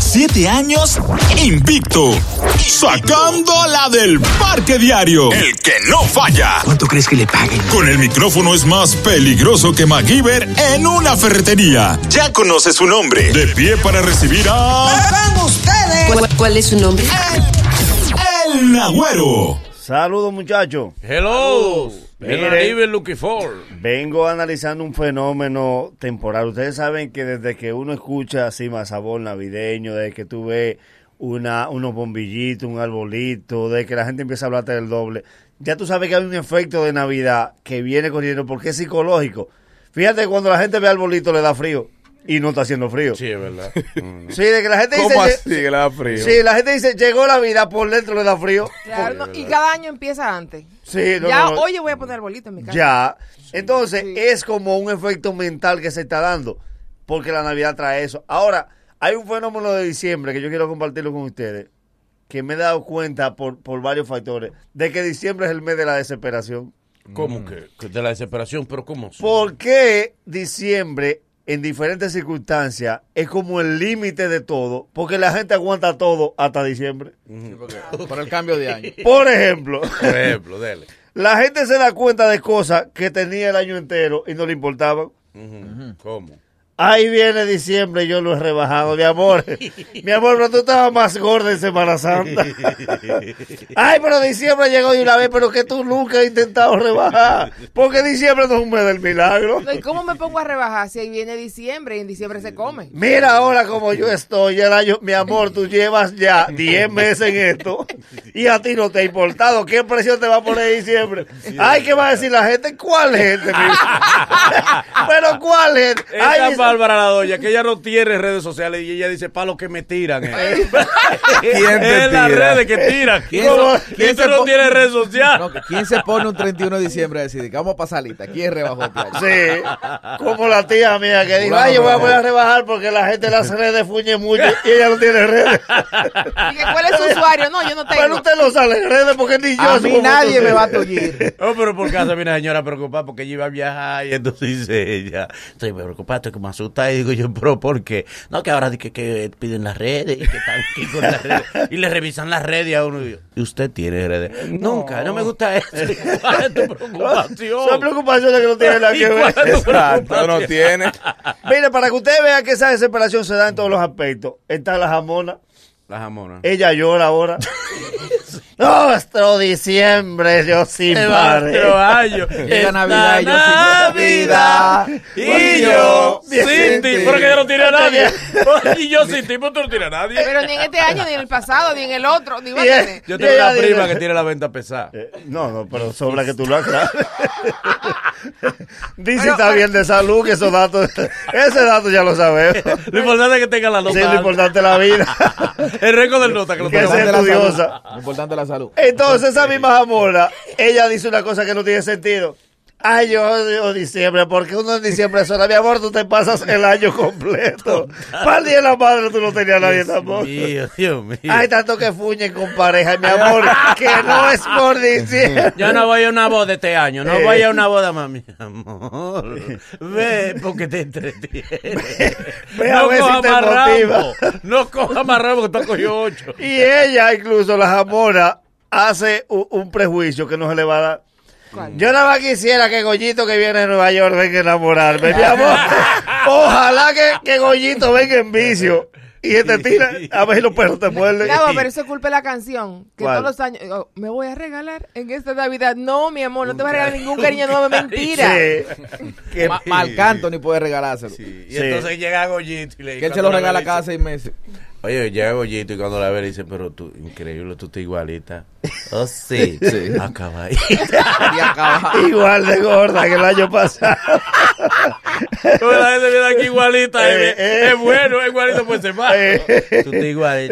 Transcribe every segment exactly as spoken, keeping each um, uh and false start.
Siete años invicto. Sacando la del parque diario. El que no falla. ¿Cuánto crees que le paguen? Con el micrófono es más peligroso que MacGyver en una ferretería. Ya conoce su nombre. De pie para recibir a... ¡Vengan ustedes! ¿Cuál, cuál es su nombre? El, el Nagüero. Saludos, muchachos. Hello. Miren, looking for. Vengo analizando un fenómeno temporal. Ustedes saben que desde que uno escucha así más sabor navideño, desde que tú ves una, unos bombillitos, un arbolito, desde que la gente empieza a hablarte del doble, ya tú sabes que hay un efecto de Navidad que viene corriendo porque es psicológico. Fíjate, cuando la gente ve arbolito le da frío. Y no está haciendo frío. Sí, es verdad. Sí, de que la gente ¿Cómo dice... así que le da frío? Sí, la gente dice, llegó la vida, por dentro le da frío. Claro, no, y cada año empieza antes. Sí, no, ya, no, no. oye, voy a poner arbolito en mi casa. Ya. Entonces, Sí. es como un efecto mental que se está dando. Porque la Navidad trae eso. Ahora, hay un fenómeno de diciembre que yo quiero compartirlo con ustedes. Que me he dado cuenta por, por varios factores. De que diciembre es el mes de la desesperación. ¿Cómo que? que? De la desesperación, pero ¿cómo? ¿Por qué diciembre, en diferentes circunstancias, es como el límite de todo? Porque la gente aguanta todo hasta diciembre. Sí, porque, por el cambio de año. Por ejemplo, Por ejemplo, dele. la gente se da cuenta de cosas que tenía el año entero y no le importaban. Uh-huh. ¿Cómo? Ahí viene diciembre y yo lo he rebajado, mi amor. Mi amor, pero tú estabas más gorda en Semana Santa. Ay, pero diciembre llegó de una vez, pero que tú nunca has intentado rebajar. Porque diciembre no es un mes del milagro. No, ¿y cómo me pongo a rebajar si ahí viene diciembre y en diciembre se come? Mira ahora como yo estoy, el año, mi amor, tú llevas ya diez meses en esto y a ti no te ha importado. ¿Qué presión te va a poner diciembre? Ay, ¿qué va a decir la gente? ¿Cuál gente? Pero ¿cuál gente? Ay, Esta Bárbara la doña, que ella no tiene redes sociales y ella dice, pa' lo que me tiran. Eh. ¿Quién te Es las tira? redes que tiran. ¿Quién ¿Cómo? se- quién Y tú se no po- tienes red social. No, ¿quién se pone un treinta y uno de diciembre a decir que vamos a pasar lista? ¿Quién rebajó este año? sí, como la tía mía que dijo, ay, yo voy a poder rebajar porque la gente en las redes fuñe mucho y ella no tiene redes. ¿Y que cuál es su usuario? No, yo no tengo. Pero usted no sale en redes porque ni yo. A soy mí como nadie tú. me va a tullir. Oh, pero por casa viene la señora preocupada porque ella iba a viajar y entonces dice ella, estoy preocupada, estoy como asustada y digo yo, pero ¿por qué? No, que ahora que, que piden las redes y que están aquí con las redes y le revisan las redes a uno y yo, ¿y usted tiene redes? Nunca, no me gusta eso. ¿Cuál es tu preocupación? Son preocupaciones que no tienen nada ¿Y que cuál ver. es tu Exacto, preocupación? no tiene. Mire, para que usted vea que esa desesperación se da en todos los aspectos. Está la jamona. La jamona. Ella llora ahora. Nuestro diciembre, yo sin Nuestro padre. año. Llega Navidad y yo sin Navidad. Y yo Bien, sin ti. sí. Porque ella no tiene a nadie. Y yo sin ti, pues tú no tienes a nadie. Pero ni en este año, ni en el pasado, ni en el otro. Digo, Bien. ¿entiendes? Yo tengo Ella una dice- prima que tiene la venta pesada. Eh, No, no, pero sobra que tú lo aclares. Dice Pero- está bien de salud, que esos datos, ese dato ya lo sabemos. Lo importante es que tenga la nota. Sí, lo alta. importante es la vida. El récord del nota que lo Que tengo. sea Importante la estudiosa. salud. Lo importante es la salud. Entonces esa misma jamona, ella dice una cosa que no tiene sentido. Ay, yo odio diciembre, porque uno en diciembre sola, mi amor, tú te pasas el año completo. Para el día de la madre tú no tenías a nadie tampoco. Dios, Dios mío. Hay tanto que fuñen con pareja, mi amor, que no es por diciembre. Yo no voy a una boda este año, no Eh. voy a una boda, mami. Amor, ve porque te entretiene. Ve a no ver si coja te más motiva. ramo, no coja más ramo que tú has cogido ocho. Y ella, incluso la jamona, hace un, un prejuicio que no se le va a dar. ¿Cuál? Yo nada más quisiera que Goyito que viene de Nueva York venga a enamorarme, mi amor. Ojalá que, que Goyito venga en vicio y te tira a ver si los perros te muerden. No, pero eso es culpa de la canción. Que ¿Cuál? todos los años, oh, me voy a regalar en esta Navidad. No, mi amor, no te voy a regalar ningún cariño nuevo, es mentira. Sí. Que- Ma- Marc Anthony puede regalárselo. Y Sí. entonces llega Goyito y le Que él se cuando lo la regala ve, cada dice, seis meses. Oye, llega Goyito y cuando la ve le dice, pero tú, increíble, tú estás igualita. Oh, sí. Sí. Acaba ahí. Y acaba. igual de gorda que el año pasado. Como la gente viene aquí igualita. Eh, es, eh. es bueno, es igualito, pues se va. Eh. Tú estás igualita.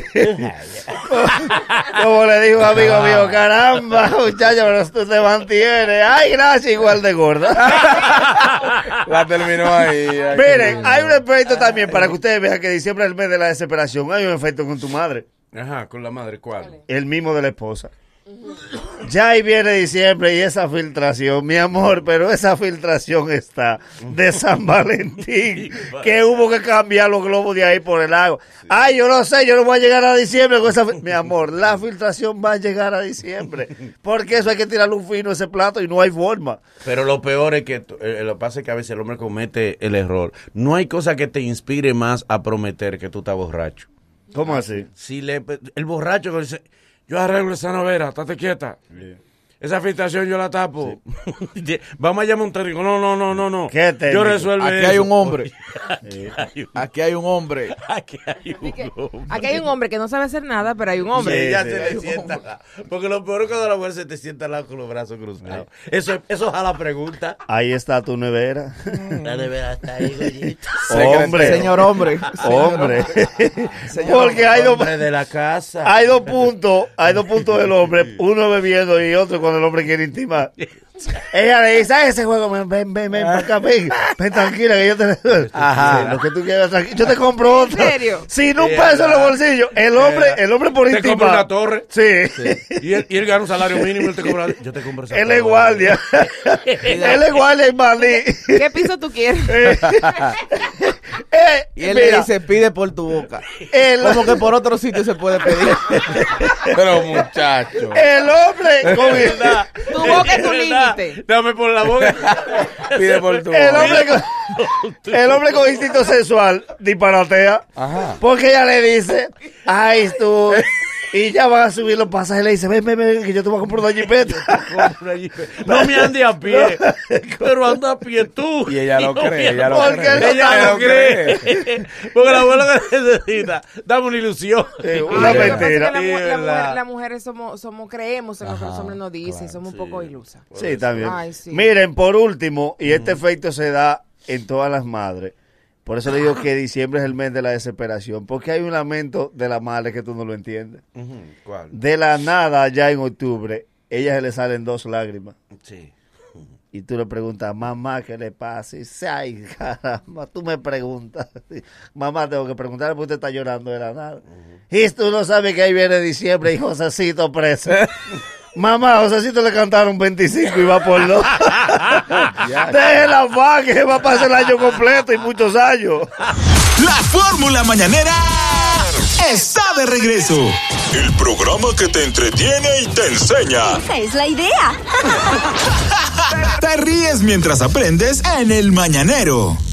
Como le dijo un amigo mío, caramba, muchacho, pero tú te mantienes. Ay, gracias, igual de gorda. La terminó ahí. Ay, Miren, qué hay un lindo. efecto también para que ustedes vean que diciembre es el mes de la desesperación. Hay un efecto con tu madre, Ajá, con la madre, ¿cuál? el mismo de la esposa. Ya ahí viene diciembre y esa filtración, mi amor, pero esa filtración está de San Valentín, que hubo que cambiar los globos de ahí por el agua. Ay, yo no sé, yo no voy a llegar a diciembre con esa... Mi amor, la filtración va a llegar a diciembre, porque eso hay que tirarle un fino a ese plato y no hay forma. Pero lo peor es que, eh, lo que pasa es que a veces el hombre comete el error. No hay cosa que te inspire más a prometer que tú estás borracho. ¿Cómo así? Si le, el borracho que dice... Yo arreglo esa novela, estate quieta. Sí. Esa filtración yo la tapo. Sí. Vamos a llamar a un técnico. No, no, no, no, no. ¿Qué técnico? Yo resuelvo Aquí eso. hay un hombre. Sí. Aquí hay un hombre. Aquí hay un hombre. Aquí hay un hombre que no sabe hacer nada, pero hay un hombre. Sí, ella sí, se le sienta. Porque lo peor es cuando la mujer se te sienta al lado con los brazos cruzados. Sí. Eso, eso es a la pregunta. Ahí está tu nevera. La nevera está ahí, gollito. Hombre. Señor hombre. Hombre. Señor Porque hay dos, hombre de la casa. hay dos puntos, hay dos puntos del hombre, uno bebiendo y otro cuando el hombre quiere intimar. Ella le dice, ese juego, ven, ven, ven, ven para acá, ven, ven tranquila que yo te... Ajá. Sí, lo que tú quieras, tranquila. Yo te compro otro. ¿En serio? Sin un peso en los bolsillos. El hombre, el hombre por intimar. Te compra una torre. Sí. sí. Y, él, y él gana un salario mínimo y él te compra... Yo te compro esa Él es guardia. Él es guardia en Malí. ¿Qué piso tú quieres? Eh, y él mira, le dice, pide por tu boca. El, Como que por otro sitio se puede pedir. Pero muchacho. El hombre con verdad. Tu boca es tu límite. Dame por la boca. Pide por tu el boca. hombre con, el hombre con instinto sexual disparatea. Ajá. Porque ella le dice, ay tú. Y ya van a subir los pasajes y le dice, ven, ven, ven, que yo te voy a comprar una jipeta. No me ande a pie, pero anda a pie tú. Y ella lo no cree, ella lo Porque cree. él no Ella lo lo cree. Porque la abuela que necesita, dame una ilusión. Eh, una Ay, lo que pasa es que mentira. la mu- Sí, la verdad. mujer- Las mujeres somos, somos creemos en lo que los hombres nos dicen, somos un poco ilusas. Sí, también. Ay, sí. Miren, por último, y este efecto se da en todas las madres. Por eso le digo que diciembre es el mes de la desesperación. Porque hay un lamento de la madre que tú no lo entiendes. Ujú, ¿cuál? De la nada, ya en octubre, ella se le salen dos lágrimas. Sí. Y tú le preguntas, mamá, ¿qué le pasa? Y dice, ay, caramba, tú me preguntas. Mamá, tengo que preguntarle porque usted está llorando de la nada. Uh-huh. Y tú no sabes que ahí viene diciembre y Josecito preso. Mamá, a Josecito le cantaron veinticinco y va por dos. Déjela más, que va a pasar el año completo y muchos años. La Fórmula Mañanera está de regreso. El programa que te entretiene y te enseña. Esa es la idea. Te ríes mientras aprendes en El Mañanero.